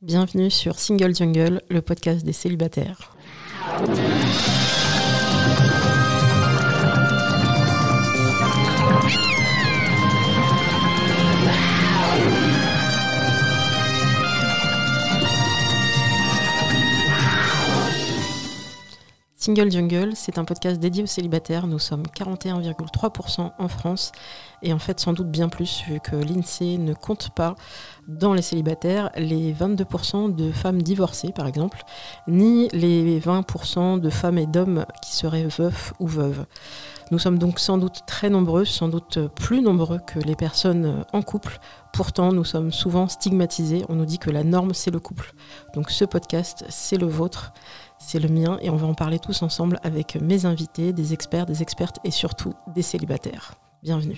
Bienvenue sur Single Jungle, le podcast des célibataires. Single Jungle, c'est un podcast dédié aux célibataires. Nous sommes 41,3% en France et en fait sans doute bien plus vu que l'INSEE ne compte pas dans les célibataires les 22% de femmes divorcées par exemple, ni les 20% de femmes et d'hommes qui seraient veufs ou veuves. Nous sommes donc sans doute très nombreux, sans doute plus nombreux que les personnes en couple. Pourtant, nous sommes souvent stigmatisés. On nous dit que la norme, c'est le couple. Donc ce podcast, c'est le vôtre, c'est le mien et on va en parler tous ensemble avec mes invités, des experts, des expertes et surtout des célibataires. Bienvenue.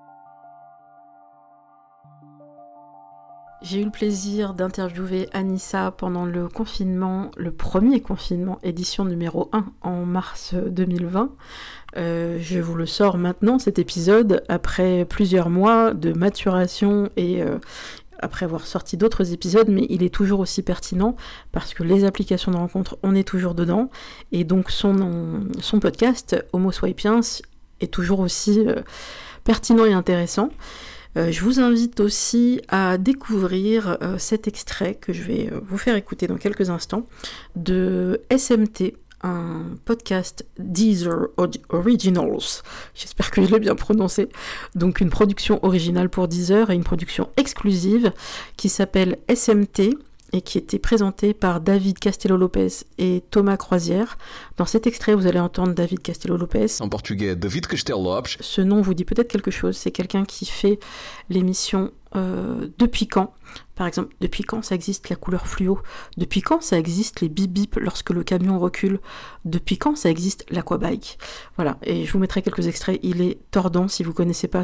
J'ai eu le plaisir d'interviewer Anissa pendant le confinement, le premier confinement, édition numéro 1 en mars 2020. Je vous le sors maintenant, cet épisode, après plusieurs mois de maturation et après avoir sorti d'autres épisodes, mais il est toujours aussi pertinent parce que les applications de rencontre, on est toujours dedans. Et donc son podcast, Homo Swapiens, est toujours aussi pertinent et intéressant. Je vous invite aussi à découvrir cet extrait que je vais vous faire écouter dans quelques instants de SMT, un podcast Deezer Originals, j'espère que je l'ai bien prononcé, donc une production originale pour Deezer et une production exclusive qui s'appelle SMT et qui était présentée par David Castello-Lopez et Thomas Croisière. Dans cet extrait, vous allez entendre David Castello-Lopez. En portugais, David Castello-Lopez. Ce nom vous dit peut-être quelque chose, c'est quelqu'un qui fait l'émission Depuis quand ? Par exemple, depuis quand ça existe la couleur fluo ? Depuis quand ça existe les bip-bip lorsque le camion recule ? Depuis quand ça existe l'aquabike ? Voilà, et je vous mettrai quelques extraits, il est tordant, si vous connaissez pas,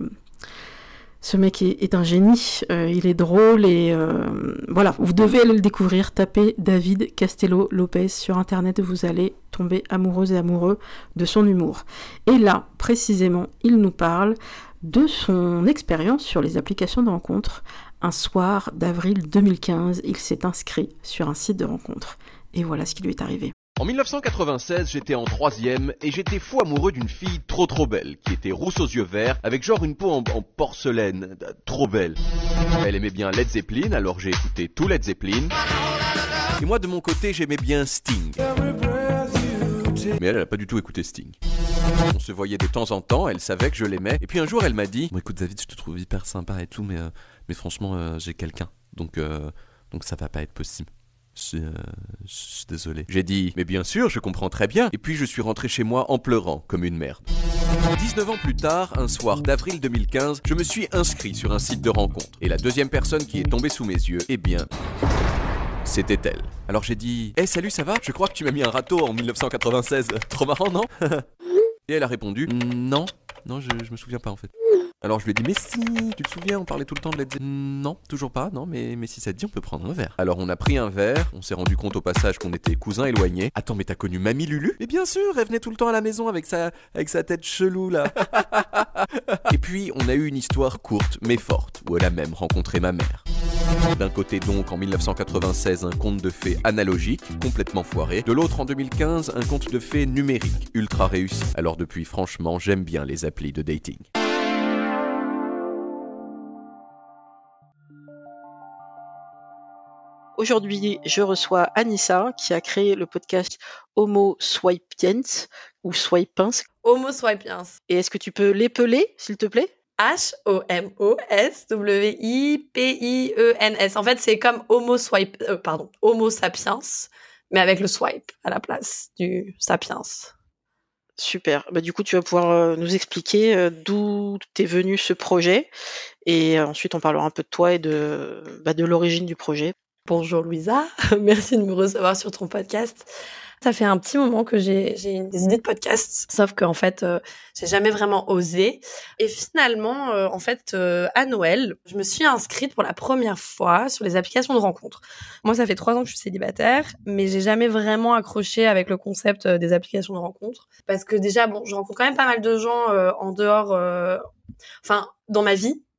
ce mec est un génie, il est drôle et voilà, vous devez aller le découvrir, tapez David Castello-Lopez sur internet, vous allez tomber amoureuse et amoureux de son humour. Et là, précisément, il nous parle de son expérience sur les applications de rencontre. Un soir d'avril 2015, il s'est inscrit sur un site de rencontre. Et voilà ce qui lui est arrivé. En 1996, j'étais en 3e et j'étais fou amoureux d'une fille trop belle, qui était rousse aux yeux verts, avec genre une peau en porcelaine, trop belle. Elle aimait bien Led Zeppelin, alors j'ai écouté tout Led Zeppelin. Et moi de mon côté, j'aimais bien Sting. Mais elle a pas du tout écouté Sting. On se voyait de temps en temps, elle savait que je l'aimais. Et puis un jour, elle m'a dit « Bon, écoute David, je te trouve hyper sympa et tout, mais franchement, j'ai quelqu'un. Donc ça va pas être possible. Je suis désolé. » J'ai dit « Mais bien sûr, je comprends très bien. » Et puis je suis rentré chez moi en pleurant comme une merde. 19 ans plus tard, un soir d'avril 2015, je me suis inscrit sur un site de rencontre. Et la deuxième personne qui est tombée sous mes yeux, eh bien, c'était elle. Alors j'ai dit « Hey, salut, ça va ? Je crois que tu m'as mis un râteau en 1996. Trop marrant, non ?» Et elle a répondu « Non, je me souviens pas en fait. » Alors je lui ai dit « Mais si, tu te souviens, on parlait tout le temps de Led Zeppelin. » Non, toujours pas, non, mais si ça te dit, on peut prendre un verre. Alors on a pris un verre, on s'est rendu compte au passage qu'on était cousins éloignés. Attends, mais t'as connu Mamie Lulu ? Mais bien sûr, elle venait tout le temps à la maison avec sa tête chelou là. Et puis on a eu une histoire courte mais forte, où elle a même rencontré ma mère. D'un côté donc en 1996 un conte de fées analogique, complètement foiré. De l'autre en 2015 un conte de fées numérique, ultra réussi. Alors depuis franchement j'aime bien les applis de dating. Aujourd'hui, je reçois Anissa qui a créé le podcast Homo Swapiens ou Swapiens. Homo Swapiens. Et est-ce que tu peux l'épeler, s'il te plaît ? HOMOSWIPIENS. En fait, c'est comme Homo Sapiens, mais avec le swipe à la place du sapiens. Super. Bah, du coup, tu vas pouvoir nous expliquer d'où t'es venu ce projet. Et ensuite, on parlera un peu de toi et de l'origine du projet. Bonjour Louisa, merci de me recevoir sur ton podcast. Ça fait un petit moment que j'ai des idées de podcast, sauf qu'en fait, j'ai jamais vraiment osé. Et finalement, à Noël, je me suis inscrite pour la première fois sur les applications de rencontres. Moi, ça fait 3 ans que je suis célibataire, mais j'ai jamais vraiment accroché avec le concept des applications de rencontres. Parce que déjà, je rencontre quand même pas mal de gens en dehors, dans ma vie.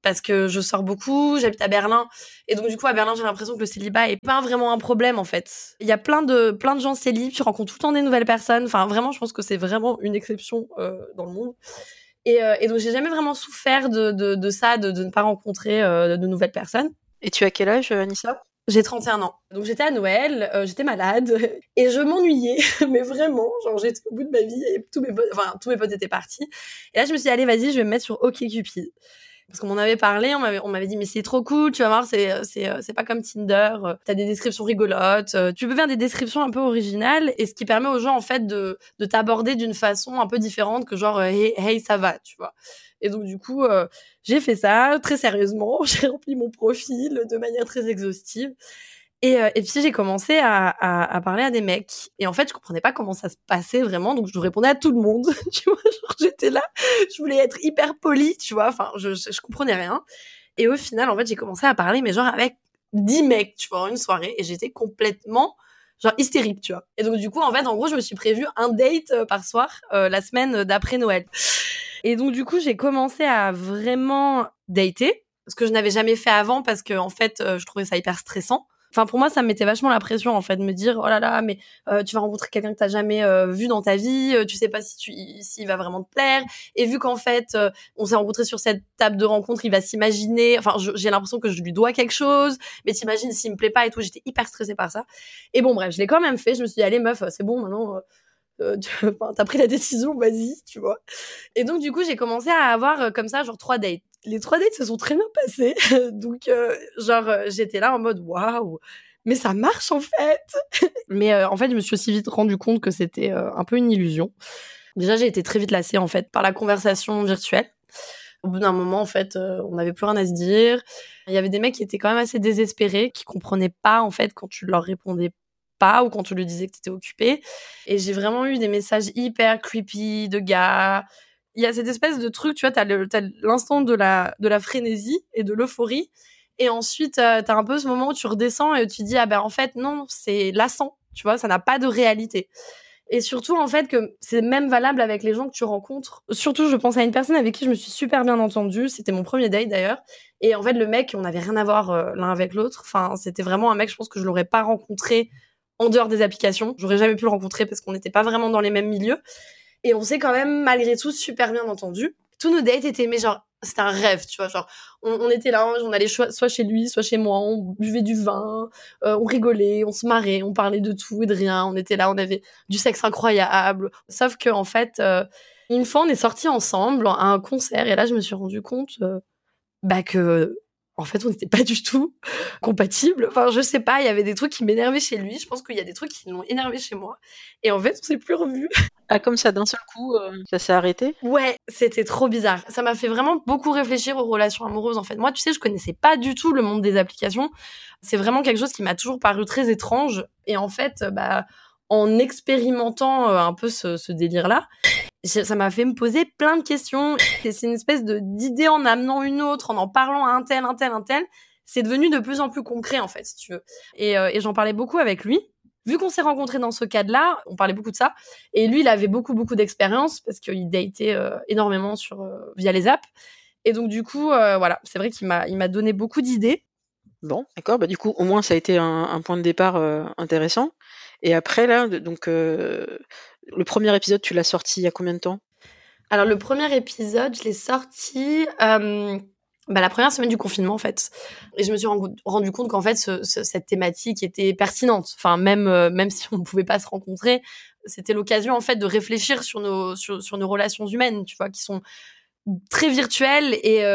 parce que je sors beaucoup, j'habite à Berlin. Et donc, du coup, à Berlin, j'ai l'impression que le célibat est pas vraiment un problème, en fait. Il y a plein de gens célibes, tu rencontres tout le temps des nouvelles personnes. Enfin, vraiment, je pense que c'est vraiment une exception dans le monde. Et donc, j'ai jamais vraiment souffert de ça, de ne pas rencontrer de nouvelles personnes. Et tu as quel âge, Anissa ? J'ai 31 ans. Donc, j'étais à Noël, j'étais malade, et je m'ennuyais, mais vraiment, genre, j'étais au bout de ma vie, et tous mes potes étaient partis. Et là, je me suis dit, allez, vas-y, je vais me mettre sur OkCupid. Parce qu'on m'en avait parlé, on m'avait dit, mais c'est trop cool, tu vas voir, c'est pas comme Tinder, t'as des descriptions rigolotes, tu peux faire des descriptions un peu originales, et ce qui permet aux gens, en fait, de t'aborder d'une façon un peu différente que genre, hey, ça va, tu vois. Et donc, du coup, j'ai fait ça très sérieusement, j'ai rempli mon profil de manière très exhaustive. Et puis j'ai commencé à parler à des mecs. Et en fait, je comprenais pas comment ça se passait vraiment, donc je répondais à tout le monde. Tu vois, genre j'étais là, je voulais être hyper polie, tu vois. Enfin, je comprenais rien. Et au final, en fait, j'ai commencé à parler, mais genre avec 10 mecs, tu vois, en une soirée, et j'étais complètement genre hystérique, tu vois. Et donc du coup, en fait, en gros, je me suis prévu un date par soir la semaine d'après Noël. Et donc du coup, j'ai commencé à vraiment dater, ce que je n'avais jamais fait avant parce que en fait, je trouvais ça hyper stressant. Enfin, pour moi, ça me mettait vachement la pression, en fait, de me dire, oh là là, mais tu vas rencontrer quelqu'un que t'as jamais vu dans ta vie, tu sais pas s'il va vraiment te plaire. Et vu qu'en fait, on s'est rencontrés sur cette table de rencontre, il va s'imaginer, enfin, j'ai l'impression que je lui dois quelque chose, mais t'imagines s'il me plaît pas et tout, j'étais hyper stressée par ça. Et bon, bref, je l'ai quand même fait, je me suis dit, allez meuf, c'est bon, maintenant... t'as pris la décision, vas-y, tu vois. Et donc, du coup, j'ai commencé à avoir comme ça, genre 3 dates. Les 3 dates se sont très bien passées. Donc, j'étais là en mode, waouh, mais ça marche en fait. Mais en fait, je me suis aussi vite rendu compte que c'était un peu une illusion. Déjà, j'ai été très vite lassée en fait par la conversation virtuelle. Au bout d'un moment, en fait, on n'avait plus rien à se dire. Il y avait des mecs qui étaient quand même assez désespérés, qui comprenaient pas en fait quand tu leur répondais pas ou quand tu lui disais que t'étais occupé. Et j'ai vraiment eu des messages hyper creepy de gars. Il y a cette espèce de truc, tu vois, t'as l'instant de la frénésie et de l'euphorie. Et ensuite, t'as un peu ce moment où tu redescends et tu dis, ah ben en fait, non, c'est lassant. Tu vois, ça n'a pas de réalité. Et surtout, en fait, que c'est même valable avec les gens que tu rencontres. Surtout, je pense à une personne avec qui je me suis super bien entendue. C'était mon premier date, d'ailleurs. Et en fait, le mec, on n'avait rien à voir l'un avec l'autre. Enfin, c'était vraiment un mec, je pense que je l'aurais pas rencontré en dehors des applications. J'aurais jamais pu le rencontrer parce qu'on n'était pas vraiment dans les mêmes milieux. Et on s'est quand même, malgré tout, super bien entendus. Tous nos dates étaient, mais genre, c'était un rêve, tu vois. Genre, on était là, on allait soit chez lui, soit chez moi, on buvait du vin, on rigolait, on se marrait, on parlait de tout et de rien. On était là, on avait du sexe incroyable. Sauf que, en fait, une fois, on est sortis ensemble à un concert et là, je me suis rendu compte, que, en fait, on n'était pas du tout compatibles. Enfin, je sais pas, il y avait des trucs qui m'énervaient chez lui. Je pense qu'il y a des trucs qui l'ont énervé chez moi. Et en fait, on s'est plus revus. Ah, comme ça, d'un seul coup, ça s'est arrêté ? Ouais, c'était trop bizarre. Ça m'a fait vraiment beaucoup réfléchir aux relations amoureuses, en fait. Moi, tu sais, je connaissais pas du tout le monde des applications. C'est vraiment quelque chose qui m'a toujours paru très étrange. Et en fait, en expérimentant un peu ce délire-là, ça m'a fait me poser plein de questions. Et c'est une espèce d'idée en amenant une autre, en parlant à un tel. C'est devenu de plus en plus concret, en fait, si tu veux. Et j'en parlais beaucoup avec lui. Vu qu'on s'est rencontrés dans ce cadre-là, on parlait beaucoup de ça. Et lui, il avait beaucoup d'expérience parce qu'il datait énormément via les apps. Et donc, du coup, voilà, c'est vrai qu'il m'a donné beaucoup d'idées. Bon, d'accord. Bah, du coup, au moins, ça a été un point de départ intéressant. Et après, là, donc, le premier épisode, tu l'as sorti il y a combien de temps ? Alors, le premier épisode, je l'ai sorti la première semaine du confinement, en fait. Et je me suis rendu compte qu'en fait, cette thématique était pertinente. Enfin, même si on ne pouvait pas se rencontrer, c'était l'occasion, en fait, de réfléchir sur nos relations humaines, tu vois, qui sont très virtuelles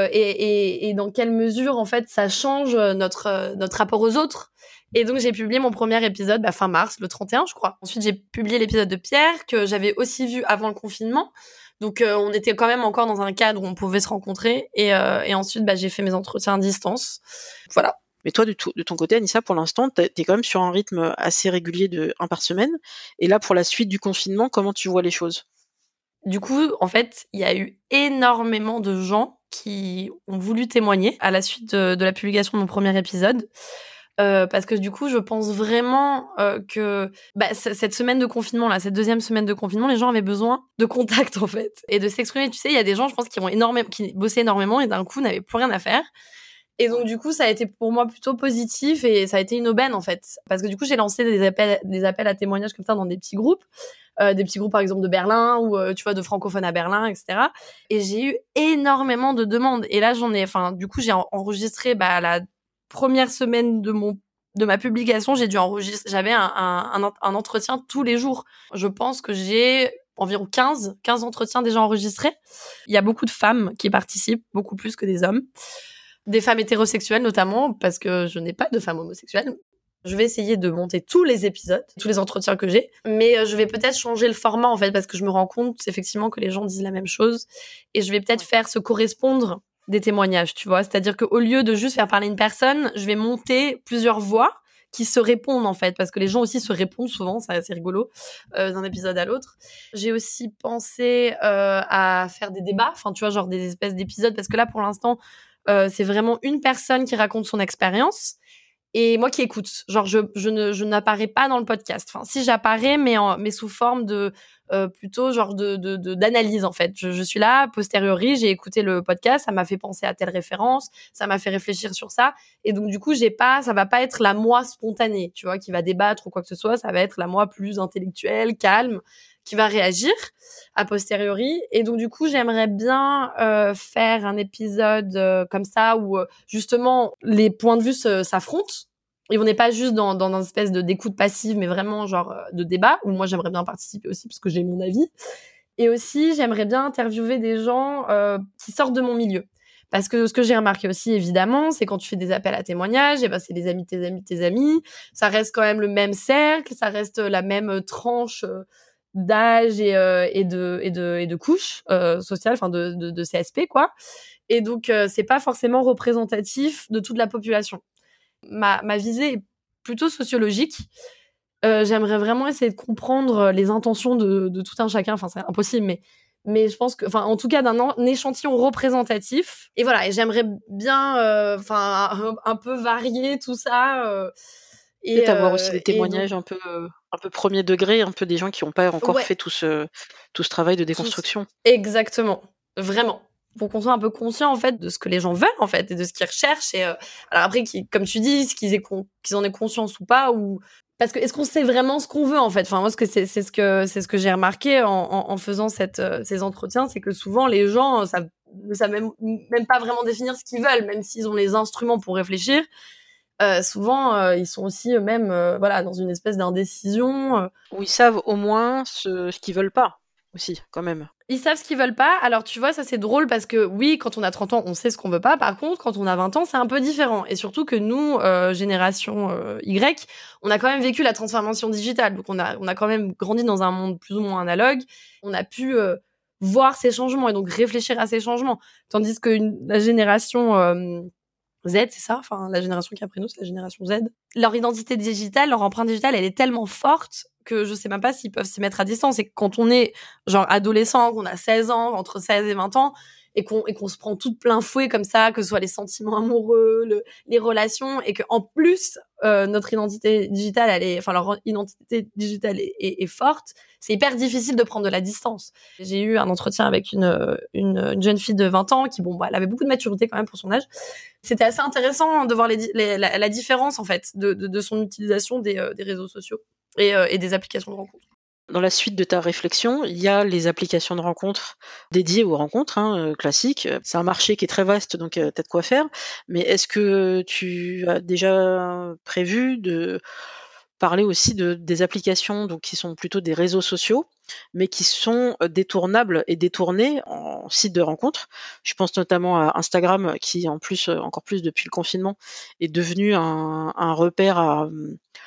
et dans quelle mesure, en fait, ça change notre rapport aux autres. Et donc, j'ai publié mon premier épisode fin mars, le 31, je crois. Ensuite, j'ai publié l'épisode de Pierre, que j'avais aussi vu avant le confinement. Donc, on était quand même encore dans un cadre où on pouvait se rencontrer. Et ensuite, j'ai fait mes entretiens à distance. Voilà. Mais toi, de ton côté, Anissa, pour l'instant, t'es quand même sur un rythme assez régulier de 1 par semaine. Et là, pour la suite du confinement, comment tu vois les choses ? Du coup, en fait, il y a eu énormément de gens qui ont voulu témoigner à la suite de la publication de mon premier épisode. parce que du coup, je pense vraiment que cette semaine de confinement là, cette deuxième semaine de confinement, les gens avaient besoin de contact en fait et de s'exprimer. Tu sais, il y a des gens, je pense, qui bossaient énormément et d'un coup n'avaient plus rien à faire. Et donc du coup, ça a été pour moi plutôt positif et ça a été une aubaine en fait, parce que du coup, j'ai lancé des appels à témoignages comme ça dans des petits groupes par exemple de Berlin ou tu vois de francophones à Berlin, etc. Et j'ai eu énormément de demandes. Et là, du coup, j'ai enregistré la première semaine de ma publication, j'avais un entretien tous les jours. Je pense que j'ai environ 15 entretiens déjà enregistrés. Il y a beaucoup de femmes qui participent, beaucoup plus que des hommes. Des femmes hétérosexuelles notamment, parce que je n'ai pas de femmes homosexuelles. Je vais essayer de monter tous les épisodes, tous les entretiens que j'ai, mais je vais peut-être changer le format en fait, parce que je me rends compte effectivement que les gens disent la même chose, et je vais peut-être faire se correspondre des témoignages, tu vois. C'est-à-dire qu'au lieu de juste faire parler une personne, je vais monter plusieurs voix qui se répondent en fait, parce que les gens aussi se répondent souvent, c'est assez rigolo, d'un épisode à l'autre. J'ai aussi pensé à faire des débats, enfin tu vois, genre des espèces d'épisodes, parce que là pour l'instant, c'est vraiment une personne qui raconte son expérience et moi qui écoute. Genre je n'apparais pas dans le podcast. Enfin si j'apparais, mais sous forme de plutôt genre d'analyse en fait. Je suis là a posteriori, j'ai écouté le podcast, ça m'a fait penser à telle référence, ça m'a fait réfléchir sur ça, et donc du coup ça va pas être la moi spontanée, tu vois, qui va débattre ou quoi que ce soit. Ça va être la moi plus intellectuelle, calme, qui va réagir a posteriori. Et donc du coup, j'aimerais bien faire un épisode comme ça où justement les points de vue s'affrontent. Et on n'est pas juste dans une espèce d'écoute passive, mais vraiment genre de débat, où moi j'aimerais bien participer aussi parce que j'ai mon avis. Et aussi, j'aimerais bien interviewer des gens qui sortent de mon milieu. Parce que ce que j'ai remarqué aussi, évidemment, c'est quand tu fais des appels à témoignages, et ben c'est les amis de tes amis de tes amis. Ça reste quand même le même cercle, ça reste la même tranche d'âge et de couches sociales, enfin de CSP quoi. Et donc c'est pas forcément représentatif de toute la population. Ma visée est plutôt sociologique. J'aimerais vraiment essayer de comprendre les intentions de tout un chacun. Enfin, c'est impossible, mais je pense que, enfin, en tout cas, d'un échantillon représentatif. Et voilà, et j'aimerais bien, un peu varier tout ça. Peut-être avoir aussi des Et témoignages donc, un peu premier degré, un peu des gens qui n'ont pas encore ouais, fait tout ce travail de tous, déconstruction. exactement, vraiment. Pour qu'on soit un peu conscient en fait de ce que les gens veulent en fait et de ce qu'ils recherchent. Et alors après, comme tu dis, qu'ils en aient conscience ou pas, ou parce que est-ce qu'on sait vraiment ce qu'on veut en fait. Enfin moi, c'est ce que j'ai remarqué en faisant ces entretiens, c'est que souvent les gens ne savent même pas vraiment définir ce qu'ils veulent, même s'ils ont les instruments pour réfléchir. Souvent, ils sont aussi eux-mêmes voilà, dans une espèce d'indécision. Où ils savent au moins ce qu'ils veulent pas aussi, quand même. Ils savent ce qu'ils veulent pas. Alors, tu vois, ça, c'est drôle parce que oui, quand on a 30 ans, on sait ce qu'on veut pas. Par contre, quand on a 20 ans, c'est un peu différent. Et surtout que nous, génération Y, on a quand même vécu la transformation digitale. Donc, on a quand même grandi dans un monde plus ou moins analogue. On a pu voir ces changements et donc réfléchir à ces changements. Tandis que la génération Z, c'est ça, enfin la génération qui est après nous, c'est la génération Z. Leur identité digitale, leur empreinte digitale, elle est tellement forte que je sais même pas s'ils peuvent s'y mettre à distance. Et quand on est genre adolescent, qu'on a 16 ans, entre 16 et 20 ans, et qu'on se prend tout de plein fouet comme ça, que ce soit les sentiments amoureux, les relations, et que en plus notre identité digitale, leur identité digitale est forte, c'est hyper difficile de prendre de la distance. J'ai eu un entretien avec une jeune fille de 20 ans qui, elle avait beaucoup de maturité quand même pour son âge. C'était assez intéressant de voir la différence en fait de son utilisation des réseaux sociaux et des applications de rencontres. Dans la suite de ta réflexion, il y a les applications de rencontres dédiées aux rencontres classiques. C'est un marché qui est très vaste, donc t'as de quoi faire. Mais est-ce que tu as déjà prévu de parler aussi des applications donc qui sont plutôt des réseaux sociaux, mais qui sont détournables et détournés en sites de rencontres? Je pense notamment à Instagram, qui en plus, encore plus depuis le confinement, est devenu un repère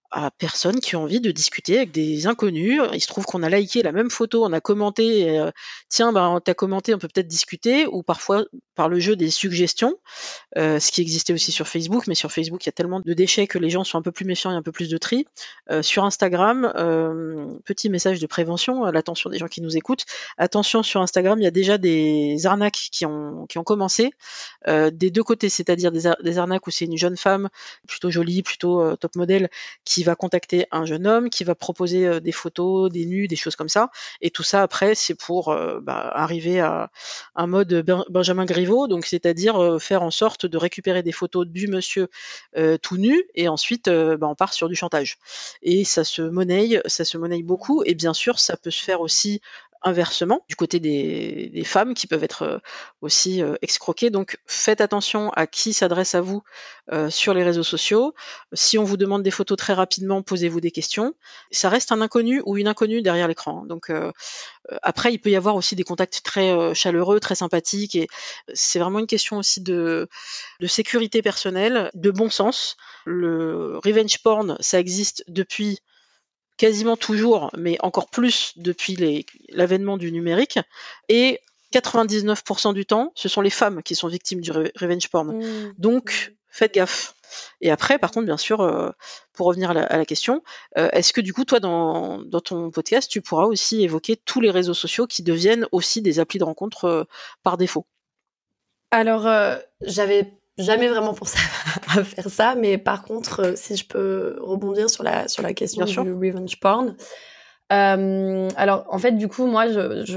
à personnes qui ont envie de discuter avec des inconnus. Il se trouve qu'on a liké la même photo, on a commenté, et, tiens, t'as commenté, on peut peut-être discuter, ou parfois par le jeu des suggestions, ce qui existait aussi sur Facebook, mais sur Facebook, il y a tellement de déchets que les gens sont un peu plus méfiants et un peu plus de tri. Sur Instagram, petit message de prévention à l'attention des gens qui nous écoutent. Attention, sur Instagram, il y a déjà des arnaques qui ont commencé, des deux côtés, c'est-à-dire des arnaques où c'est une jeune femme, plutôt jolie, plutôt top modèle, qui va contacter un jeune homme, qui va proposer des photos, des nus, des choses comme ça. Et tout ça, après, c'est pour arriver à un mode Benjamin Griveaux, donc c'est-à-dire faire en sorte de récupérer des photos du monsieur tout nu, et ensuite on part sur du chantage. Et ça se monnaie beaucoup, et bien sûr, ça peut se faire aussi inversement, du côté des femmes qui peuvent être aussi escroquées. Donc faites attention à qui s'adresse à vous sur les réseaux sociaux. Si on vous demande des photos très rapidement, posez-vous des questions. Ça reste un inconnu ou une inconnue derrière l'écran. Donc après, il peut y avoir aussi des contacts très chaleureux, très sympathiques, et c'est vraiment une question aussi de sécurité personnelle, de bon sens. Le revenge porn, ça existe depuis quasiment toujours, mais encore plus depuis l'avènement du numérique. Et 99% du temps, ce sont les femmes qui sont victimes du revenge porn. Donc, faites gaffe. Et après, par contre, bien sûr, pour revenir à la question, est-ce que du coup, toi, dans ton podcast, tu pourras aussi évoquer tous les réseaux sociaux qui deviennent aussi des applis de rencontre par défaut? Alors, j'avais jamais vraiment pensé à faire ça, mais par contre, si je peux rebondir sur la question Bien sûr. du revenge porn. Alors, en fait, du coup, moi,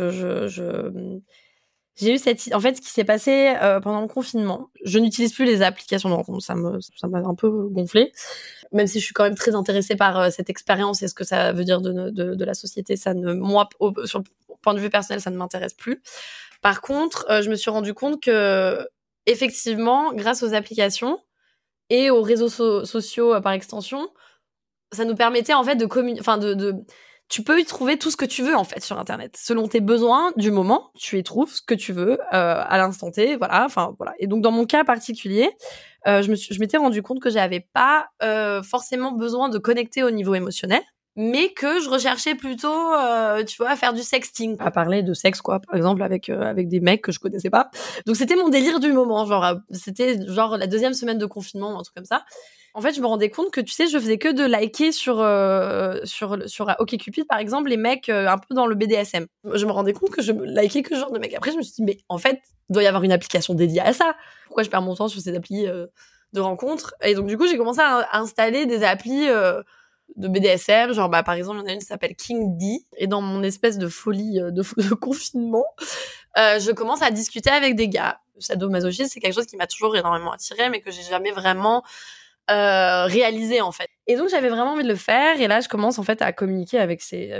j'ai eu en fait, ce qui s'est passé pendant le confinement. Je n'utilise plus les applications de rencontre, ça m'a un peu gonflé. Même si je suis quand même très intéressée par cette expérience et ce que ça veut dire de la société, moi, sur le point de vue personnel, ça ne m'intéresse plus. Par contre, je me suis rendu compte que, effectivement, grâce aux applications et aux réseaux sociaux par extension, ça nous permettait en fait de communiquer. Enfin, tu peux y trouver tout ce que tu veux en fait sur Internet, selon tes besoins du moment. Tu y trouves ce que tu veux à l'instant T, voilà. Enfin voilà. Et donc dans mon cas particulier, je m'étais rendu compte que j'avais pas forcément besoin de connecter au niveau émotionnel, mais que je recherchais plutôt, tu vois, à faire du sexting, à parler de sexe, quoi, par exemple, avec des mecs que je connaissais pas. Donc c'était mon délire du moment, genre, c'était genre la 2e semaine de confinement, un truc comme ça. En fait, je me rendais compte que, tu sais, je faisais que de liker sur OkCupid, par exemple, les mecs un peu dans le BDSM. Je me rendais compte que je likais que ce genre de mecs. Après, je me suis dit, mais en fait, il doit y avoir une application dédiée à ça. Pourquoi je perds mon temps sur ces applis de rencontres? Et donc, du coup, j'ai commencé à installer des applis de BDSM, genre par exemple il y en a une qui s'appelle King D, et dans mon espèce de folie de confinement, je commence à discuter avec des gars. Le sadomasochisme, c'est quelque chose qui m'a toujours énormément attirée, mais que j'ai jamais vraiment réalisé en fait. Et donc j'avais vraiment envie de le faire, et là je commence en fait à communiquer avec ces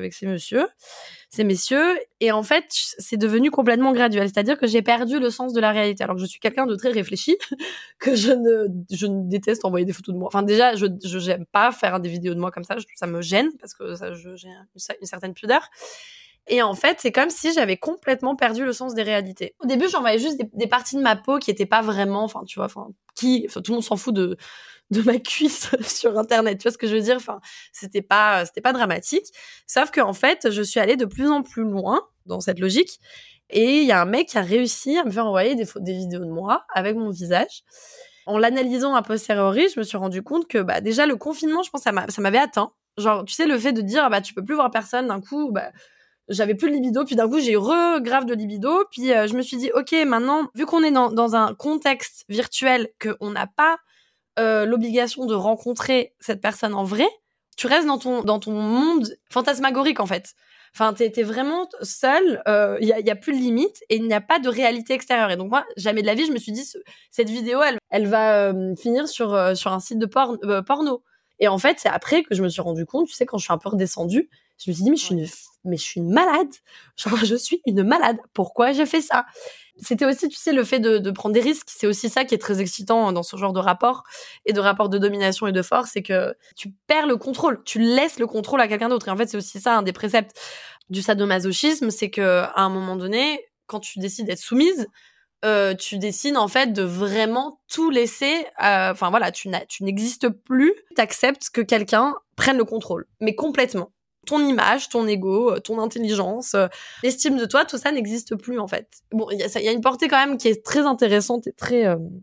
messieurs, et en fait c'est devenu complètement graduel, c'est-à-dire que j'ai perdu le sens de la réalité, alors que je suis quelqu'un de très réfléchi, que je ne déteste envoyer des photos de moi. Enfin déjà je j'aime pas faire des vidéos de moi comme ça me gêne, parce que j'ai une certaine pudeur. Et en fait, c'est comme si j'avais complètement perdu le sens des réalités. Au début, j'envoyais juste des parties de ma peau qui étaient pas vraiment, enfin, tu vois, tout le monde s'en fout de ma cuisse sur Internet, tu vois ce que je veux dire? Enfin, c'était pas dramatique. Sauf que, en fait, je suis allée de plus en plus loin dans cette logique. Et il y a un mec qui a réussi à me faire envoyer des vidéos de moi avec mon visage. En l'analysant a posteriori, je me suis rendu compte que, déjà, le confinement, je pense, ça m'avait atteint. Genre, tu sais, le fait de dire, tu peux plus voir personne, d'un coup, j'avais plus de libido, puis d'un coup j'ai grave de libido, puis je me suis dit ok, maintenant vu qu'on est dans un contexte virtuel, qu'on n'a pas l'obligation de rencontrer cette personne en vrai, tu restes dans ton monde fantasmagorique en fait. Enfin, t'es vraiment seul, il y a plus de limite, et il n'y a pas de réalité extérieure. Et donc moi, jamais de la vie, je me suis dit cette vidéo, elle va finir sur un site de porno. Et en fait, c'est après que je me suis rendu compte, tu sais, quand je suis un peu redescendue, je me suis dit, mais je suis une malade. Genre, je suis une malade. Pourquoi j'ai fait ça? C'était aussi, tu sais, le fait de prendre des risques. C'est aussi ça qui est très excitant dans ce genre de rapport, et de rapport de domination et de force, c'est que tu perds le contrôle. Tu laisses le contrôle à quelqu'un d'autre. Et en fait, c'est aussi ça, un des préceptes du sadomasochisme, c'est que à un moment donné, quand tu décides d'être soumise, tu décides en fait de vraiment tout laisser. Enfin voilà, tu n'existes plus. T'acceptes que quelqu'un prenne le contrôle, mais complètement. Ton image, ton ego, ton intelligence, l'estime de toi, tout ça n'existe plus en fait. Bon, il y a une portée quand même qui est très intéressante et très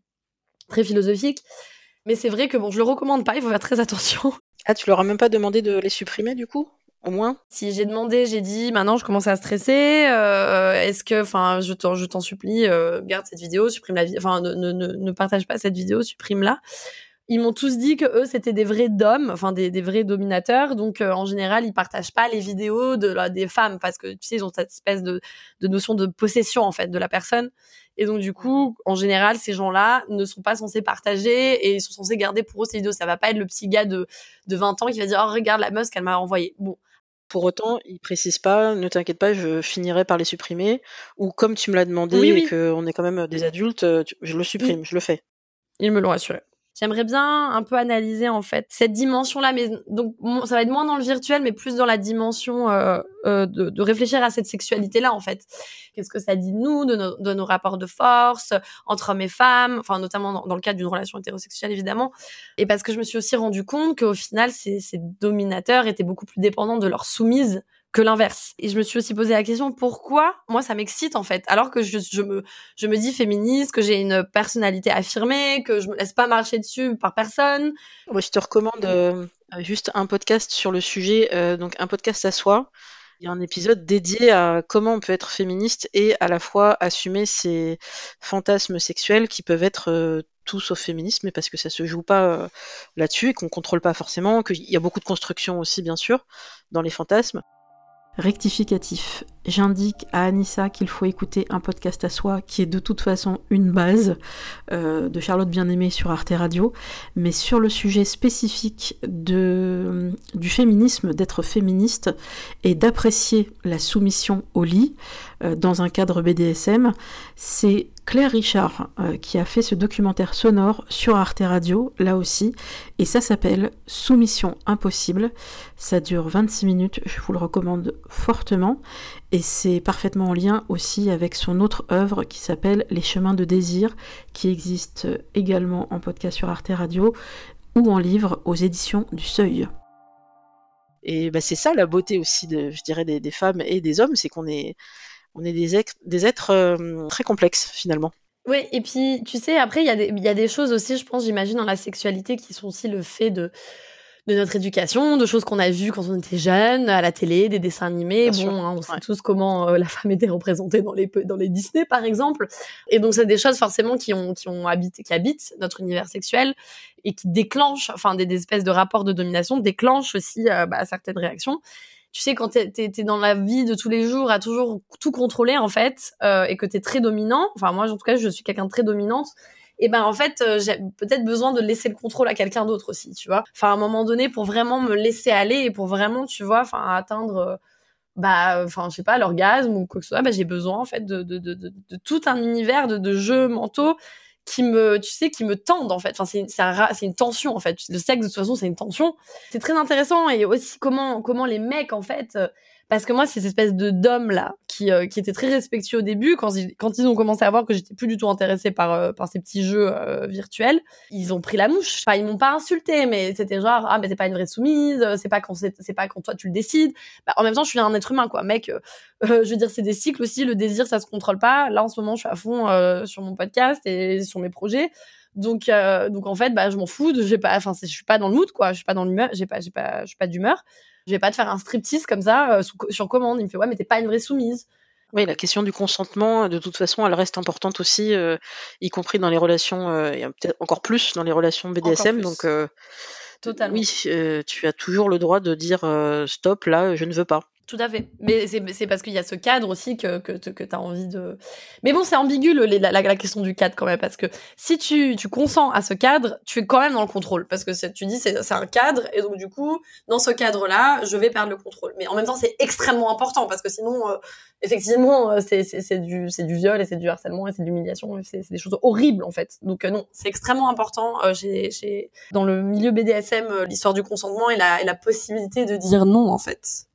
très philosophique. Mais c'est vrai que bon, je le recommande pas. Il faut faire très attention. Ah, tu leur as même pas demandé de les supprimer du coup, au moins? Si j'ai demandé, j'ai dit maintenant je commence à stresser. Est-ce que, enfin, je t'en supplie, garde cette vidéo, supprime la vidéo, enfin, ne partage pas cette vidéo, supprime-la. Ils m'ont tous dit que eux c'était des vrais doms, enfin des vrais dominateurs. Donc en général ils partagent pas les vidéos des femmes parce que tu sais ils ont cette espèce de notion de possession en fait de la personne. Et donc du coup en général ces gens-là ne sont pas censés partager et ils sont censés garder pour eux ces vidéos. Ça va pas être le petit gars de 20 ans qui va dire oh regarde la meuf qu'elle m'a envoyée. Bon. Pour autant, ils précisent pas, ne t'inquiète pas, je finirai par les supprimer. Ou comme tu me l'as demandé Oui, et oui. qu'on est quand même des adultes, je le supprime, je le fais. Ils me l'ont assuré. J'aimerais bien un peu analyser en fait cette dimension-là, mais donc ça va être moins dans le virtuel, mais plus dans la dimension de réfléchir à cette sexualité-là en fait. Qu'est-ce que ça dit de nous, de nos rapports de force entre hommes et femmes, enfin notamment dans le cadre d'une relation hétérosexuelle évidemment. Et parce que je me suis aussi rendu compte qu'au final, ces dominateurs étaient beaucoup plus dépendants de leurs soumises que l'inverse. Et je me suis aussi posé la question pourquoi moi ça m'excite en fait, alors que je me dis féministe, que j'ai une personnalité affirmée, que je me laisse pas marcher dessus par personne. Moi, je te recommande juste un podcast sur le sujet, donc un podcast à soi. Il y a un épisode dédié à comment on peut être féministe et à la fois assumer ses fantasmes sexuels qui peuvent être tout sauf féministes, mais parce que ça se joue pas là-dessus et qu'on contrôle pas forcément, qu'il y a beaucoup de construction aussi bien sûr dans les fantasmes. Rectificatif. J'indique à Anissa qu'il faut écouter un podcast à soi qui est de toute façon une base de Charlotte Bien-Aimée sur Arte Radio, mais sur le sujet spécifique du féminisme, d'être féministe et d'apprécier la soumission au lit dans un cadre BDSM, c'est Claire Richard qui a fait ce documentaire sonore sur Arte Radio, là aussi, et ça s'appelle Soumission impossible. Ça dure 26 minutes, je vous le recommande fortement, et c'est parfaitement en lien aussi avec son autre œuvre qui s'appelle Les chemins de désir, qui existe également en podcast sur Arte Radio ou en livre aux éditions du Seuil. Et bah, c'est ça la beauté aussi, je dirais, des femmes et des hommes, c'est qu'on est des êtres très complexes finalement. Oui, et puis tu sais, après il y a des choses aussi, je pense, j'imagine, dans la sexualité qui sont aussi le fait de notre éducation, de choses qu'on a vues quand on était jeune, à la télé, des dessins animés. Bien sûr, On sait ouais. tous comment la femme était représentée dans les Disney, par exemple. Et donc, c'est des choses forcément qui habitent notre univers sexuel et qui déclenchent, enfin, des espèces de rapports de domination, déclenchent aussi certaines réactions. Tu sais, quand t'es dans la vie de tous les jours à toujours tout contrôler, en fait, et que t'es très dominant, enfin, moi, en tout cas, je suis quelqu'un de très dominante, et ben en fait j'ai peut-être besoin de laisser le contrôle à quelqu'un d'autre aussi, tu vois, enfin à un moment donné pour vraiment me laisser aller et pour vraiment, tu vois, enfin atteindre je sais pas, l'orgasme ou quoi que ce soit, j'ai besoin en fait de tout un univers de jeux mentaux qui me tendent en fait. Enfin c'est une tension en fait. Le sexe de toute façon c'est une tension. C'est très intéressant. Et aussi comment les mecs en fait parce que moi, c'est cette espèce de d'hommes là qui étaient très respectueux au début, quand ils ont commencé à voir que j'étais plus du tout intéressée par ces petits jeux virtuels, ils ont pris la mouche. Enfin, ils m'ont pas insulté, mais c'était genre mais t'es pas une vraie soumise, c'est pas quand toi tu le décides. En même temps, je suis un être humain quoi, mec. Je veux dire, c'est des cycles aussi. Le désir, ça se contrôle pas. Là, en ce moment, je suis à fond sur mon podcast et sur mes projets. Donc en fait, je m'en fous. Je suis pas dans le mood quoi. Je suis pas dans l'humeur. Je suis pas d'humeur. Je vais pas te faire un striptease comme ça sur commande. Il me fait ouais mais t'es pas une vraie soumise. Oui, la question du consentement, de toute façon, elle reste importante aussi, y compris dans les relations, et peut-être encore plus dans les relations BDSM. Donc Totalement. oui, tu as toujours le droit de dire stop, là, je ne veux pas. Tout à fait. Mais c'est parce qu'il y a ce cadre aussi que t'as envie de... Mais bon, c'est ambigu la question du cadre quand même, parce que si tu consens à ce cadre, tu es quand même dans le contrôle. Parce que tu dis c'est un cadre, et donc du coup, dans ce cadre-là, je vais perdre le contrôle. Mais en même temps, c'est extrêmement important, parce que sinon, effectivement, c'est du viol, et c'est du harcèlement, et c'est de l'humiliation, et c'est des choses horribles en fait. Donc non, c'est extrêmement important. Dans le milieu BDSM, l'histoire du consentement et la possibilité de dire non en fait.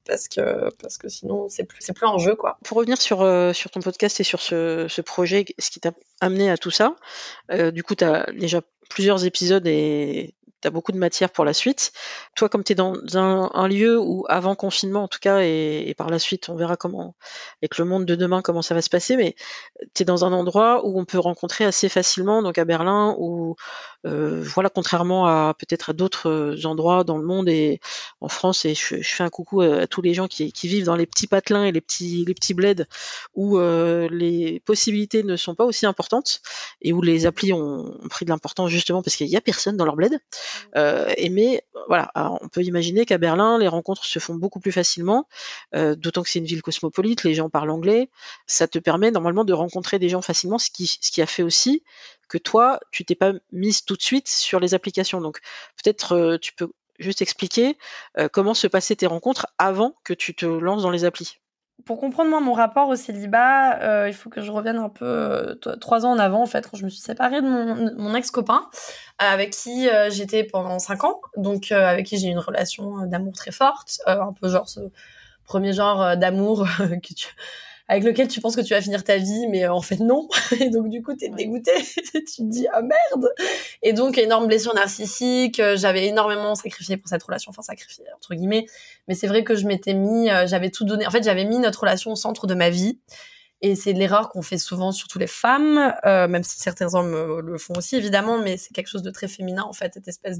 parce que sinon c'est plus un jeu, quoi. Pour revenir sur ton podcast et sur ce projet, ce qui t'a amené à tout ça, du coup, tu as déjà plusieurs épisodes et tu as beaucoup de matière pour la suite. Toi, comme tu es dans un lieu où, avant confinement en tout cas, et par la suite, on verra comment, avec le monde de demain, comment ça va se passer, mais tu es dans un endroit où on peut rencontrer assez facilement, donc à Berlin, où, voilà, contrairement à peut-être à d'autres endroits dans le monde et en France, et je fais un coucou à tous les gens qui vivent dans les petits patelins et les petits bleds où les possibilités ne sont pas aussi importantes et où les applis ont pris de l'importance justement parce qu'il y a personne dans leur bled. Mais voilà, alors, on peut imaginer qu'à Berlin, les rencontres se font beaucoup plus facilement, d'autant que c'est une ville cosmopolite, les gens parlent anglais. Ça te permet normalement de rencontrer des gens facilement, ce qui a fait aussi que toi, tu t'es pas mise tout de suite sur les applications. Donc peut-être tu peux juste expliquer comment se passaient tes rencontres avant que tu te lances dans les applis. Pour comprendre moi mon rapport au célibat, il faut que je revienne un peu 3 ans en avant, en fait, quand je me suis séparée de mon ex-copain, avec qui j'étais pendant 5 ans, donc avec qui j'ai eu une relation d'amour très forte, un peu genre ce premier genre d'amour avec lequel tu penses que tu vas finir ta vie, mais en fait non. Et donc du coup t'es dégoûté, tu te dis ah merde. Et donc énorme blessure narcissique, j'avais énormément sacrifié pour cette relation, enfin sacrifié entre guillemets, mais c'est vrai que je m'étais mis, j'avais tout donné. En fait j'avais mis notre relation au centre de ma vie. Et c'est l'erreur qu'on fait souvent, surtout les femmes, même si certains hommes le font aussi évidemment, mais c'est quelque chose de très féminin en fait, cette espèce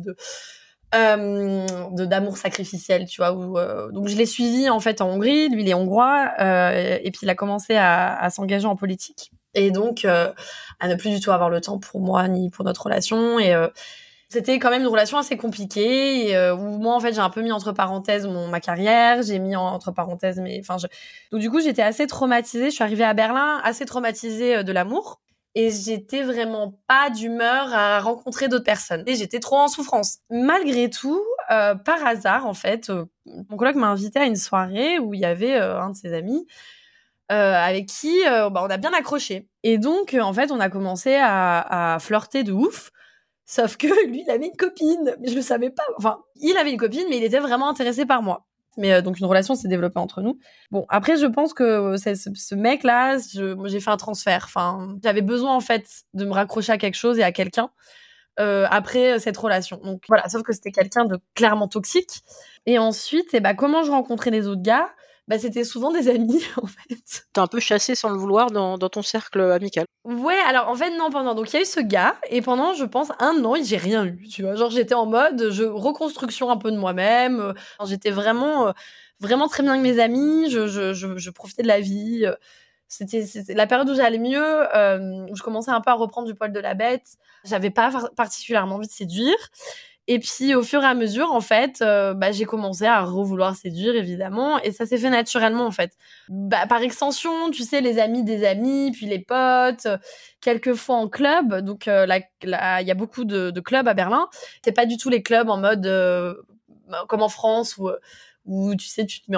d'amour sacrificiel, tu vois. Donc je l'ai suivi en fait en Hongrie, lui il est hongrois, et puis il a commencé à s'engager en politique, et donc à ne plus du tout avoir le temps pour moi ni pour notre relation, et c'était quand même une relation assez compliquée, et où moi en fait j'ai un peu mis entre parenthèses ma carrière, j'ai mis entre parenthèses donc du coup j'étais assez traumatisée. Je suis arrivée à Berlin assez traumatisée de l'amour. Et j'étais vraiment pas d'humeur à rencontrer d'autres personnes. Et j'étais trop en souffrance. Malgré tout, par hasard, en fait, mon coloc m'a invitée à une soirée où il y avait un de ses amis avec qui on a bien accroché. Et donc, en fait, on a commencé à flirter de ouf. Sauf que lui, il avait une copine. Mais je le savais pas. Enfin, il avait une copine, mais il était vraiment intéressé par moi. Mais donc une relation s'est développée entre nous. Bon, après je pense que ce mec-là, moi j'ai fait un transfert. Enfin, j'avais besoin en fait de me raccrocher à quelque chose et à quelqu'un après cette relation. Donc voilà, sauf que c'était quelqu'un de clairement toxique. Et ensuite, comment je rencontrais les autres gars, c'était souvent des amis en fait. T'as un peu chassé sans le vouloir dans ton cercle amical. Ouais, alors en fait non, donc il y a eu ce gars, et pendant je pense 1 an j'ai rien eu, tu vois, genre j'étais en mode reconstruction un peu de moi-même, j'étais vraiment très bien avec mes amis, je profitais de la vie, c'était la période où j'allais mieux, où je commençais un peu à reprendre du poil de la bête, j'avais pas particulièrement envie de séduire. Et puis au fur et à mesure, en fait, j'ai commencé à vouloir séduire, évidemment, et ça s'est fait naturellement, en fait. Par extension, tu sais, les amis des amis, puis les potes, quelques fois en club. Donc il y a beaucoup de clubs à Berlin. C'est pas du tout les clubs en mode comme en France où tu sais, tu te mets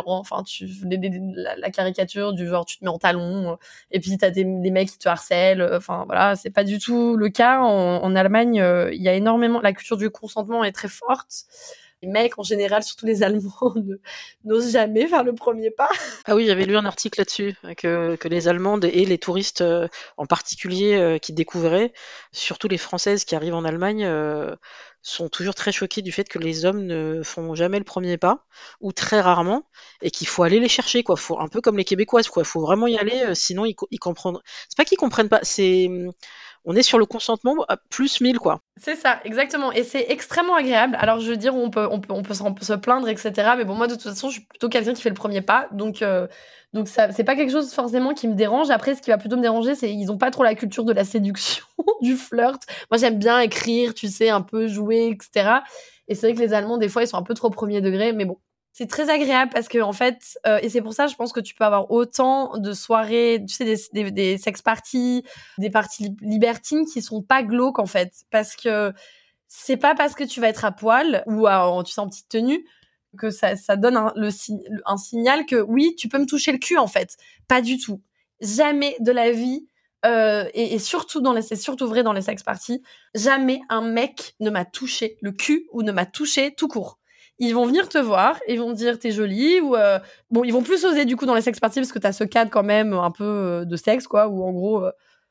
la caricature du genre tu te mets en talons, et puis t'as des mecs qui te harcèlent, enfin voilà, c'est pas du tout le cas. En Allemagne, il y a énormément, la culture du consentement est très forte. Les mecs en général, surtout les Allemands, n'osent jamais faire le premier pas. Ah oui, j'avais lu un article là-dessus, que les Allemandes et les touristes en particulier qui découvraient, surtout les Françaises qui arrivent en Allemagne, sont toujours très choqués du fait que les hommes ne font jamais le premier pas, ou très rarement, et qu'il faut aller les chercher, quoi. Faut, un peu comme les Québécoises, quoi. Faut vraiment y aller, sinon ils comprennent. C'est pas qu'ils comprennent pas, on est sur le consentement à plus 1000, quoi. C'est ça, exactement. Et c'est extrêmement agréable. Alors, je veux dire, on peut se plaindre, etc. Mais bon, moi, de toute façon, je suis plutôt quelqu'un qui fait le premier pas. Donc ça, c'est pas quelque chose forcément qui me dérange. Après, ce qui va plutôt me déranger, c'est qu'ils ont pas trop la culture de la séduction, du flirt. Moi, j'aime bien écrire, tu sais, un peu jouer, etc. Et c'est vrai que les Allemands, des fois, ils sont un peu trop premier degré. Mais bon, c'est très agréable parce que, en fait, et c'est pour ça, je pense que tu peux avoir autant de soirées, tu sais, des sex parties, des parties libertines qui sont pas glauques, en fait. Parce que c'est pas parce que tu vas être à poil ou tu sais, en petite tenue que ça donne un signal que oui, tu peux me toucher le cul, en fait. Pas du tout. Jamais de la vie. Et surtout c'est surtout vrai dans les sex parties, jamais un mec ne m'a touché le cul ou ne m'a touché tout court. ils vont venir te voir, ils vont te dire t'es jolie ou bon, ils vont plus oser du coup dans les sex parties parce que t'as ce cadre quand même un peu de sexe quoi, où en gros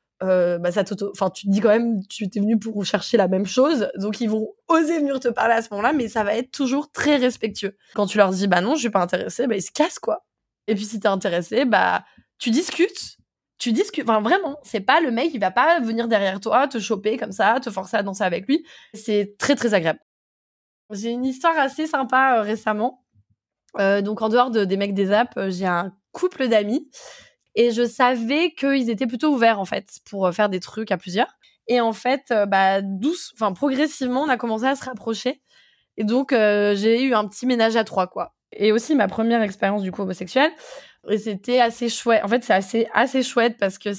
ça enfin tu te dis quand même tu t'es venu pour chercher la même chose, donc ils vont oser venir te parler à ce moment-là, mais ça va être toujours très respectueux. Quand tu leur dis bah non je suis pas intéressée, bah ils se cassent quoi. Et puis si t'es intéressé, bah tu discutes, enfin vraiment, c'est pas le mec, il va pas venir derrière toi, te choper comme ça, te forcer à danser avec lui. C'est très très agréable. J'ai une histoire assez sympa récemment. Donc en dehors des mecs des apps, j'ai un couple d'amis et je savais qu'ils étaient plutôt ouverts en fait pour faire des trucs à plusieurs. Et en fait, progressivement, on a commencé à se rapprocher. Et donc j'ai eu un petit ménage à 3 quoi. Et aussi ma première expérience du coup homosexuelle. Et c'était assez chouette. En fait, c'est assez chouette parce que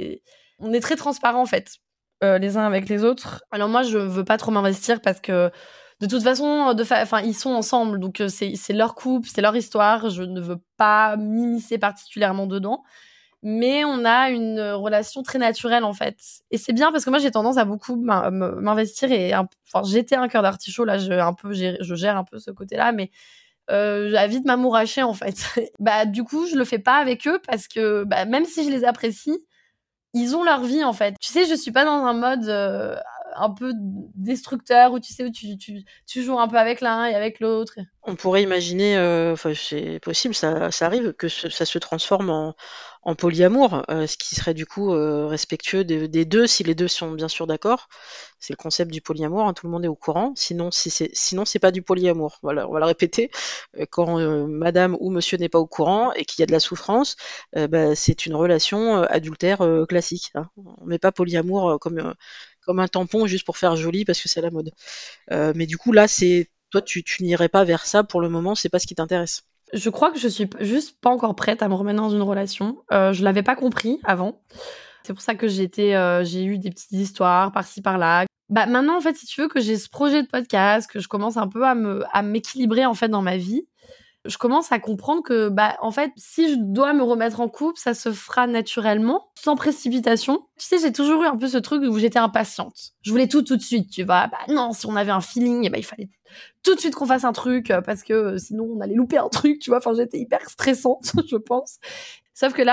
on est très transparents en fait, les uns avec les autres. Alors moi, je veux pas trop m'investir parce que de toute façon, ils sont ensemble, donc c'est leur couple, c'est leur histoire. Je ne veux pas m'immiscer particulièrement dedans, mais on a une relation très naturelle en fait. Et c'est bien parce que moi j'ai tendance à beaucoup m'investir et j'étais un cœur d'artichaut là, je gère un peu ce côté-là, mais j'ai vite m'amouracher en fait. Bah du coup je le fais pas avec eux parce que même si je les apprécie, ils ont leur vie en fait. Tu sais, je suis pas dans un mode un peu destructeur où tu sais où tu joues un peu avec l'un et avec l'autre. On pourrait imaginer, c'est possible, ça arrive que ça se transforme en polyamour, ce qui serait du coup respectueux des deux, si les deux sont bien sûr d'accord. C'est le concept du polyamour, hein, tout le monde est au courant. Sinon, sinon c'est pas du polyamour. Voilà, on va le répéter. Quand madame ou monsieur n'est pas au courant et qu'il y a de la souffrance, c'est une relation adultère classique, hein. On met pas polyamour comme un tampon juste pour faire joli parce que c'est la mode. Mais du coup, là, toi, tu n'irais pas vers ça pour le moment, c'est pas ce qui t'intéresse. Je crois que je suis juste pas encore prête à me remettre dans une relation. Je l'avais pas compris avant. C'est pour ça que j'ai eu des petites histoires par-ci par-là. Maintenant, en fait, si tu veux que j'ai ce projet de podcast, que je commence un peu à m'équilibrer en fait dans ma vie, je commence à comprendre que, en fait, si je dois me remettre en couple, ça se fera naturellement, sans précipitation. Tu sais, j'ai toujours eu un peu ce truc où j'étais impatiente. Je voulais tout de suite, tu vois. Non, si on avait un feeling, il fallait tout de suite qu'on fasse un truc, parce que sinon on allait louper un truc, tu vois. Enfin, j'étais hyper stressante, je pense. Sauf que là,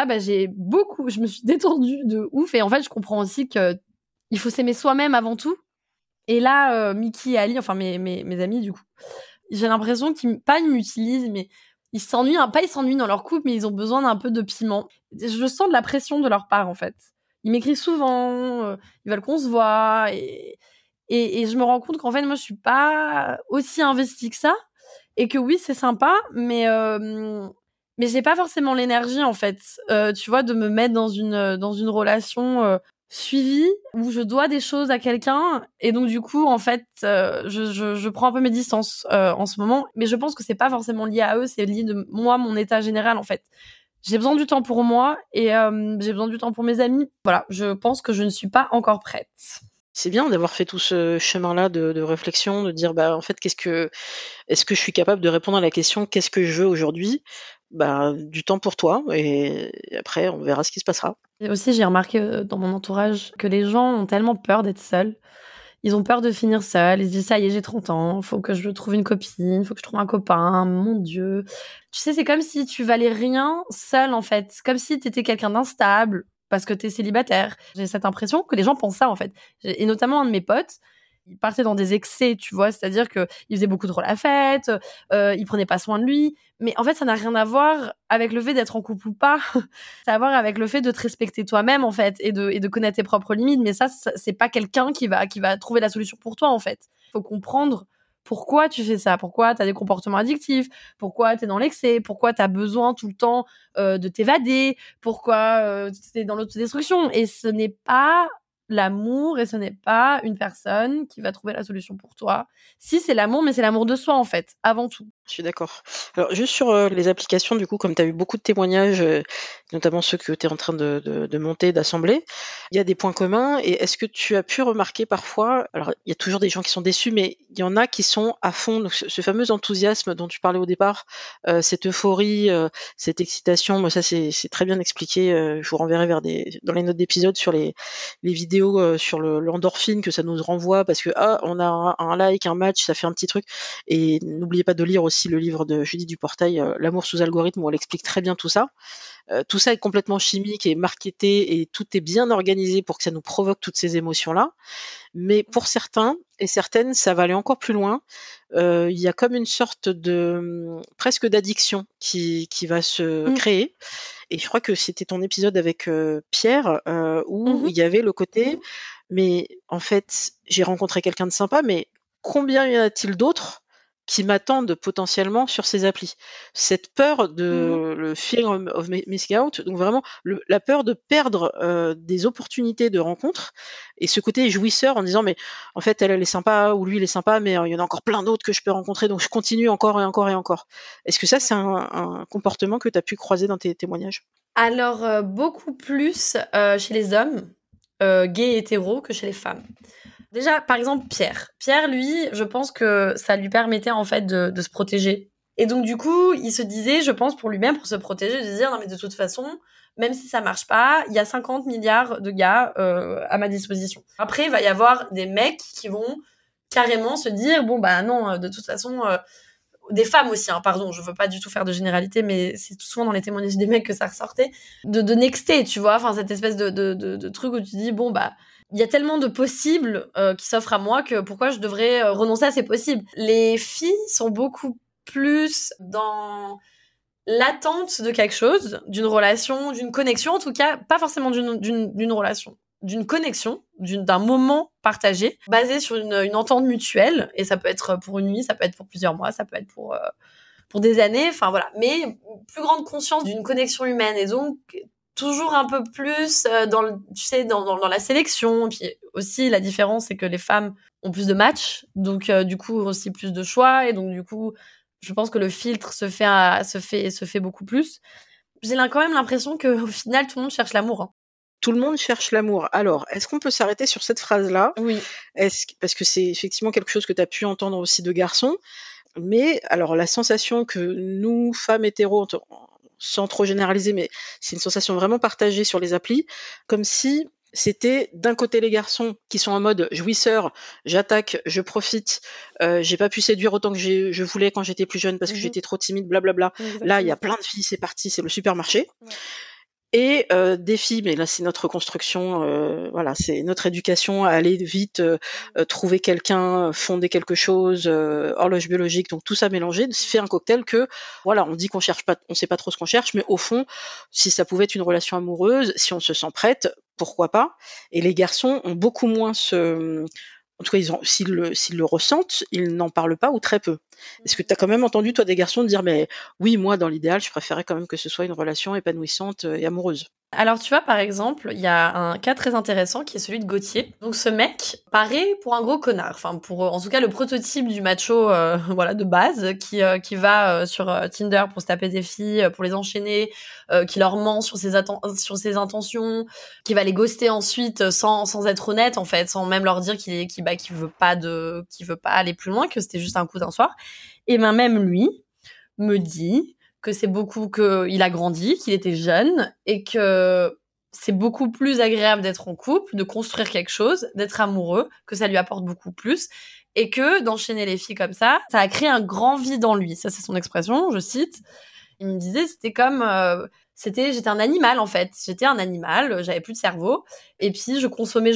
je me suis détendue de ouf. Et en fait, je comprends aussi que il faut s'aimer soi-même avant tout. Et là, Mickey et Ali, enfin mes amis, du coup, j'ai l'impression qu'ils m'utilisent, mais ils s'ennuient, pas ils s'ennuient dans leur couple, mais ils ont besoin d'un peu de piment. Je sens de la pression de leur part, en fait. Ils m'écrivent souvent, ils veulent qu'on se voit, et je me rends compte qu'en fait, moi, je suis pas aussi investie que ça, et que oui, c'est sympa, mais j'ai pas forcément l'énergie, en fait, tu vois, de me mettre dans une relation suivi où je dois des choses à quelqu'un, et donc du coup en fait je prends un peu mes distances en ce moment, mais je pense que c'est pas forcément lié à eux, c'est lié de moi, mon état général en fait. J'ai besoin du temps pour moi et j'ai besoin du temps pour mes amis. Voilà, je pense que je ne suis pas encore prête. C'est bien d'avoir fait tout ce chemin-là de réflexion, de dire en fait est-ce que je suis capable de répondre à la question qu'est-ce que je veux aujourd'hui? Du temps pour toi, et après on verra ce qui se passera. Et aussi j'ai remarqué dans mon entourage que les gens ont tellement peur d'être seuls. Ils ont peur de finir seuls, ils se disent ça y est, j'ai 30 ans, faut que je trouve une copine, faut que je trouve un copain, mon Dieu. Tu sais, c'est comme si tu valais rien seul en fait, c'est comme si t'étais quelqu'un d'instable parce que t'es célibataire. J'ai cette impression que les gens pensent ça en fait. Et notamment un de mes potes, il partait dans des excès, tu vois, c'est-à-dire que il faisait beaucoup trop la fête, il prenait pas soin de lui, mais en fait ça n'a rien à voir avec le fait d'être en couple ou pas. Ça a à voir avec le fait de te respecter toi-même en fait et de connaître tes propres limites, mais ça c'est pas quelqu'un qui va trouver la solution pour toi en fait. Faut comprendre pourquoi tu fais ça, pourquoi tu as des comportements addictifs, pourquoi tu es dans l'excès, pourquoi tu as besoin tout le temps de t'évader, pourquoi tu es dans l'autodestruction, et ce n'est pas l'amour et ce n'est pas une personne qui va trouver la solution pour toi. Si, c'est l'amour, mais c'est l'amour de soi en fait, avant tout. Je suis d'accord. Alors juste sur les applications, du coup, comme tu as eu beaucoup de témoignages, notamment ceux que tu es en train de monter, d'assembler. Il y a des points communs, et est-ce que tu as pu remarquer parfois, alors il y a toujours des gens qui sont déçus, mais il y en a qui sont à fond, donc ce fameux enthousiasme dont tu parlais au départ, cette euphorie, cette excitation, moi ça c'est très bien expliqué, je vous renverrai dans les notes d'épisode sur les vidéos, sur l'endorphine que ça nous renvoie, parce que on a un like, un match, ça fait un petit truc. Et n'oubliez pas de lire aussi le livre de Judith Duportail, L'amour sous algorithme, où elle explique très bien tout ça. Tout ça est complètement chimique et marketé, et tout est bien organisé pour que ça nous provoque toutes ces émotions-là. Mais pour certains et certaines, ça va aller encore plus loin. Il y a comme une sorte de presque d'addiction qui va se créer. Et je crois que c'était ton épisode avec Pierre, où il y avait le côté, mais en fait, j'ai rencontré quelqu'un de sympa, mais combien y en a-t-il d'autres qui m'attendent potentiellement sur ces applis? Cette peur de le fear of missing out, donc vraiment la peur de perdre des opportunités de rencontres, et ce côté jouisseur en disant mais en fait elle est sympa, ou lui il est sympa, mais il y en a encore plein d'autres que je peux rencontrer, donc je continue encore et encore et encore. Est-ce que ça c'est un comportement que tu as pu croiser dans tes témoignages? Alors, beaucoup plus chez les hommes gays et hétéros que chez les femmes. Déjà, par exemple, Pierre. Pierre, lui, je pense que ça lui permettait en fait de se protéger. Et donc, du coup, il se disait, je pense, pour lui-même, pour se protéger, de se dire, non mais de toute façon, même si ça marche pas, il y a 50 milliards de gars à ma disposition. Après, il va y avoir des mecs qui vont carrément se dire, bon bah non, de toute façon... des femmes aussi, hein, pardon, je veux pas du tout faire de généralité, mais c'est souvent dans les témoignages des mecs que ça ressortait, de nexter, tu vois, enfin cette espèce de truc où tu dis, bon bah, il y a tellement de possibles qui s'offrent à moi que pourquoi je devrais renoncer à ces possibles. Les filles sont beaucoup plus dans l'attente de quelque chose, d'une relation, d'une connexion, en tout cas, pas forcément d'une relation, d'une connexion, d'un moment partagé, basé sur une entente mutuelle, et ça peut être pour une nuit, ça peut être pour plusieurs mois, ça peut être pour des années, enfin voilà, mais plus grande conscience d'une connexion humaine, et donc toujours un peu plus dans la sélection. Et puis aussi la différence, c'est que les femmes ont plus de matchs, donc du coup aussi plus de choix, et donc du coup je pense que le filtre se fait beaucoup plus. J'ai quand même l'impression qu'au final tout le monde cherche l'amour, hein. Tout le monde cherche l'amour. Alors, est-ce qu'on peut s'arrêter sur cette phrase-là? Oui. Parce que c'est effectivement quelque chose que tu as pu entendre aussi de garçons. Mais alors, la sensation que nous, femmes hétéros, sans trop généraliser, mais c'est une sensation vraiment partagée sur les applis, comme si c'était d'un côté les garçons qui sont en mode jouisseur, j'attaque, je profite, j'ai pas pu séduire autant que je voulais quand j'étais plus jeune parce que j'étais trop timide, blablabla. Là, il y a plein de filles, c'est parti, c'est le supermarché. Ouais. Et des filles, mais là c'est notre construction, voilà, c'est notre éducation à aller vite, trouver quelqu'un, fonder quelque chose, horloge biologique, donc tout ça mélangé, se fait un cocktail que, voilà, on dit qu'on cherche pas, on sait pas trop ce qu'on cherche, mais au fond, si ça pouvait être une relation amoureuse, si on se sent prête, pourquoi pas? Et les garçons ont beaucoup moins en tout cas, s'ils le ressentent, ils n'en parlent pas ou très peu. Est-ce que tu as quand même entendu, toi, des garçons dire, mais oui, moi, dans l'idéal, je préférais quand même que ce soit une relation épanouissante et amoureuse? Alors, tu vois, par exemple, il y a un cas très intéressant qui est celui de Gauthier. Donc, ce mec paraît pour un gros connard. Enfin, pour, en tout cas, le prototype du macho, voilà, de base, qui va sur Tinder pour se taper des filles, pour les enchaîner, qui leur ment sur ses intentions, qui va les ghoster ensuite sans être honnête, en fait, sans même leur dire qu'il veut pas aller plus loin, que c'était juste un coup d'un soir. Et ben, même lui me dit que c'est beaucoup, qu'il a grandi, qu'il était jeune, et que c'est beaucoup plus agréable d'être en couple, de construire quelque chose, d'être amoureux, que ça lui apporte beaucoup plus, et que d'enchaîner les filles comme ça a créé un grand vide en lui. Ça, c'est son expression, je cite. Il me disait, c'était comme... j'étais un animal, en fait. J'étais un animal, j'avais plus de cerveau, et puis je consommais,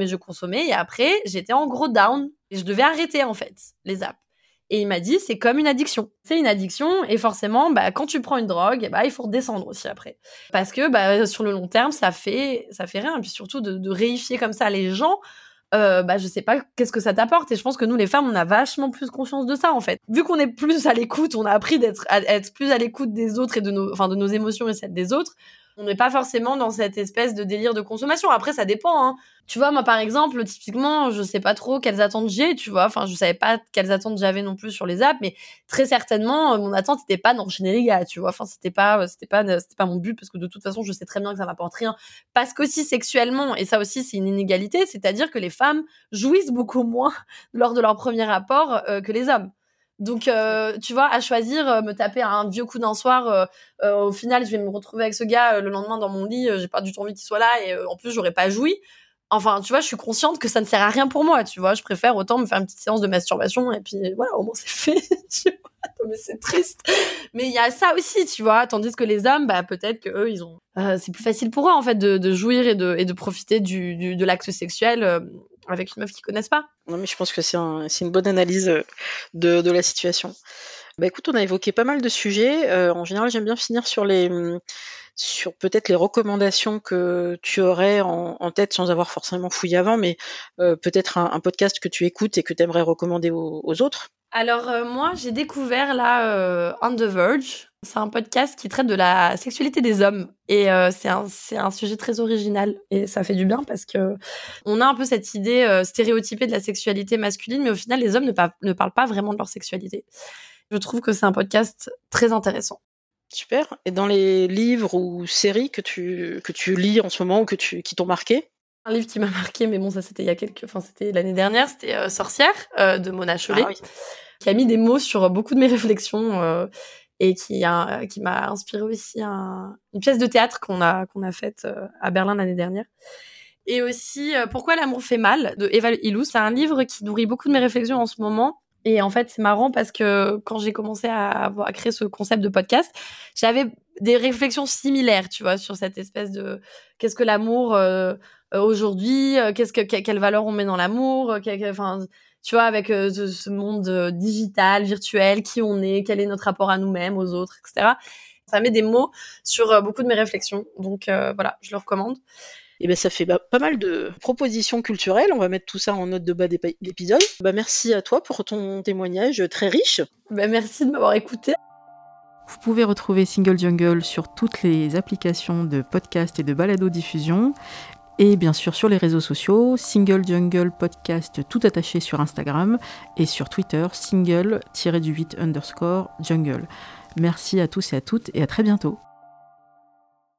et après, j'étais en gros down, et je devais arrêter, en fait, les apps. Et il m'a dit, c'est comme une addiction. C'est une addiction, et forcément, bah, quand tu prends une drogue, bah, il faut redescendre aussi après. Parce que, bah, sur le long terme, ça fait rien. Et puis surtout, de réifier comme ça les gens, bah, je sais pas qu'est-ce que ça t'apporte. Et je pense que nous, les femmes, on a vachement plus conscience de ça, en fait. Vu qu'on est plus à l'écoute, on a appris à être plus à l'écoute des autres et de nos émotions et celles des autres. On n'est pas forcément dans cette espèce de délire de consommation. Après, ça dépend, hein. Tu vois, moi, par exemple, typiquement, je sais pas trop quelles attentes j'ai, tu vois. Enfin, je savais pas quelles attentes j'avais non plus sur les apps, mais très certainement, mon attente n'était pas d'enchaîner les gars, tu vois. Enfin, c'était pas mon but, parce que de toute façon, je sais très bien que ça m'apporte rien. Parce qu'aussi, sexuellement, et ça aussi, c'est une inégalité, c'est-à-dire que les femmes jouissent beaucoup moins lors de leur premier rapport que les hommes. Donc, tu vois, à choisir, me taper un vieux coup d'un soir, au final, je vais me retrouver avec ce gars le lendemain dans mon lit, j'ai pas du tout envie qu'il soit là, et en plus, j'aurais pas joui. Enfin, tu vois, je suis consciente que ça ne sert à rien pour moi, tu vois. Je préfère autant me faire une petite séance de masturbation, et puis voilà, au moins c'est fait, tu vois. Mais c'est triste. Mais il y a ça aussi, tu vois. Tandis que les hommes, bah, peut-être que eux, ils ont, c'est plus facile pour eux, en fait, de jouir et de profiter de l'acte sexuel, avec une meuf qu'ils connaissent pas. Non, mais je pense que c'est une bonne analyse de la situation. Bah écoute, on a évoqué pas mal de sujets. En général, j'aime bien finir sur peut-être les recommandations que tu aurais en tête sans avoir forcément fouillé avant, mais peut-être un podcast que tu écoutes et que tu aimerais recommander aux autres. Alors moi, j'ai découvert là On the Verge. C'est un podcast qui traite de la sexualité des hommes, et c'est un sujet très original, et ça fait du bien parce que on a un peu cette idée stéréotypée de la sexualité masculine, mais au final, les hommes ne parlent pas vraiment de leur sexualité. Je trouve que c'est un podcast très intéressant. Super. Et dans les livres ou séries que tu lis en ce moment ou qui t'ont marqué? Un livre qui m'a marqué, mais bon, ça c'était c'était l'année dernière, c'était Sorcière de Mona Chollet, qui a mis des mots sur beaucoup de mes réflexions, et qui m'a inspiré aussi une pièce de théâtre qu'on a faite à Berlin l'année dernière. Et aussi Pourquoi l'amour fait mal de Eva Illouz. C'est un livre qui nourrit beaucoup de mes réflexions en ce moment. Et en fait, c'est marrant parce que quand j'ai commencé à créer ce concept de podcast, j'avais des réflexions similaires, tu vois, sur cette espèce de qu'est-ce que l'amour aujourd'hui, quelle valeur on met dans l'amour, enfin, tu vois, avec ce monde digital, virtuel, qui on est, quel est notre rapport à nous-mêmes, aux autres, etc. Ça met des mots sur beaucoup de mes réflexions. Donc voilà, je le recommande. Et ben ça fait pas mal de propositions culturelles. On va mettre tout ça en note de bas d'épisode. Merci à toi pour ton témoignage très riche. Merci de m'avoir écouté. Vous pouvez retrouver Single Jungle sur toutes les applications de podcast et de balado-diffusion, et bien sûr sur les réseaux sociaux, Single Jungle Podcast tout attaché sur Instagram, et sur Twitter, single-8_jungle. Merci à tous et à toutes, et à très bientôt.